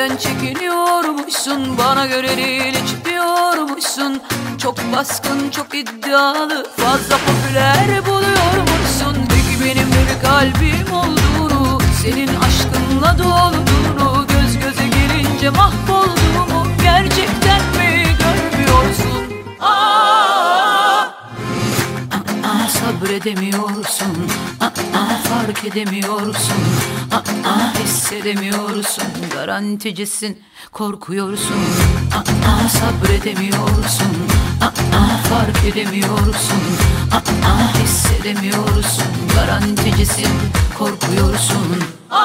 Benden çekiniyormuşsun, bana göre değil hiç diyormuşsun. Çok baskın, çok iddialı, fazla popüler buluyormuşsun. Peki benim de bir kalbim olduğunu, senin aşkınla dolduğunu, göz göze gelince mahvolduğumu gerçekten mi görmüyorsun? Sabredemiyorsun, fark edemiyorsun, hissedemiyorsun, garanticisin, korkuyorsun. Sabredemiyorsun, fark edemiyorsun, hissedemiyorsun, garanticisin, korkuyorsun.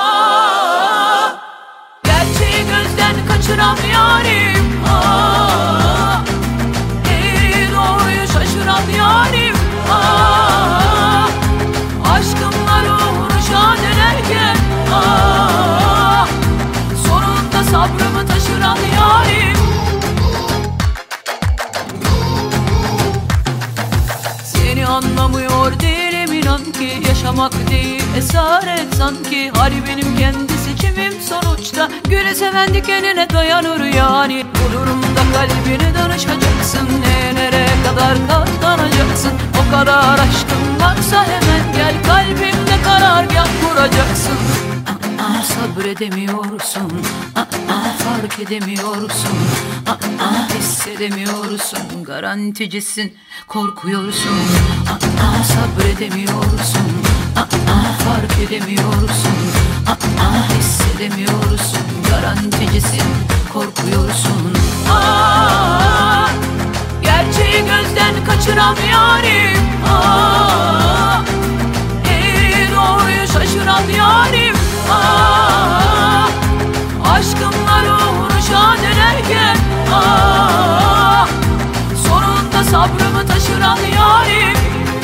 Gerçeği gözden kaçıran yarim, eğri doğruyu şaşıran yarim. Aşkımla ruhunu şad ederken, sonunda sabrımı taşıran yarim. Seni anlamıyor değilim inan ki, yaşamak değil esaret sanki. Hali benim kendi seçimim sonuçta, güle seven dikenine dayanır yani. Bu durumda kalbini danışacaksın, nereye kadar katlanacaksın? O kadar aşkın varsa hemen gel, kalbimde karargah kuracaksın. Sabredemiyorsun, fark edemiyorsun, hissedemiyorsun, garanticisin, korkuyorsun. Sabredemiyorsun, fark edemiyorsun, hissedemiyorsun, garanticisin, korkuyorsun. Gerçeği gözden kaçıran yarim, eğri doğruyu şaşıran yarim. Aşkımla ruhunu şad ederken, sonunda sabrımı taşıran yarim.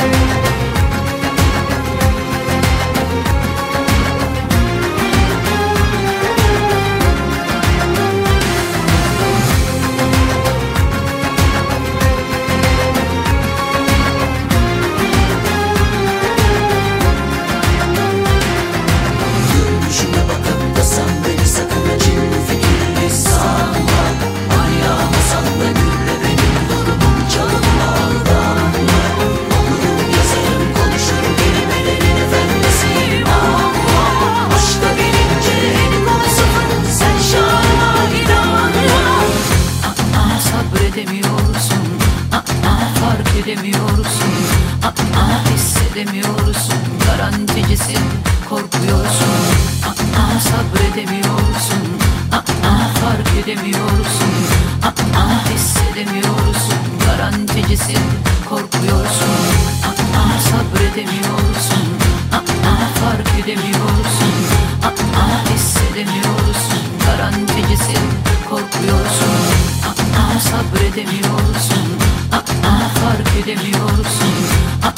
Edemiyorsun, hissedemiyorsun, garanticisin, korkuyorsun. Sabredemiyorsun, fark edemiyorsun, hissedemiyorsun, garanticisin, korkuyorsun. Sabredemiyorsun, fark edemiyorsun, hissedemiyorsun, garanticisin, korkuyorsun. Sabredemiyorsun, fark edemiyorsun,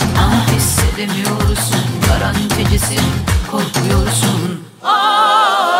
hissedemiyorsun, garanticisin, korkuyorsun.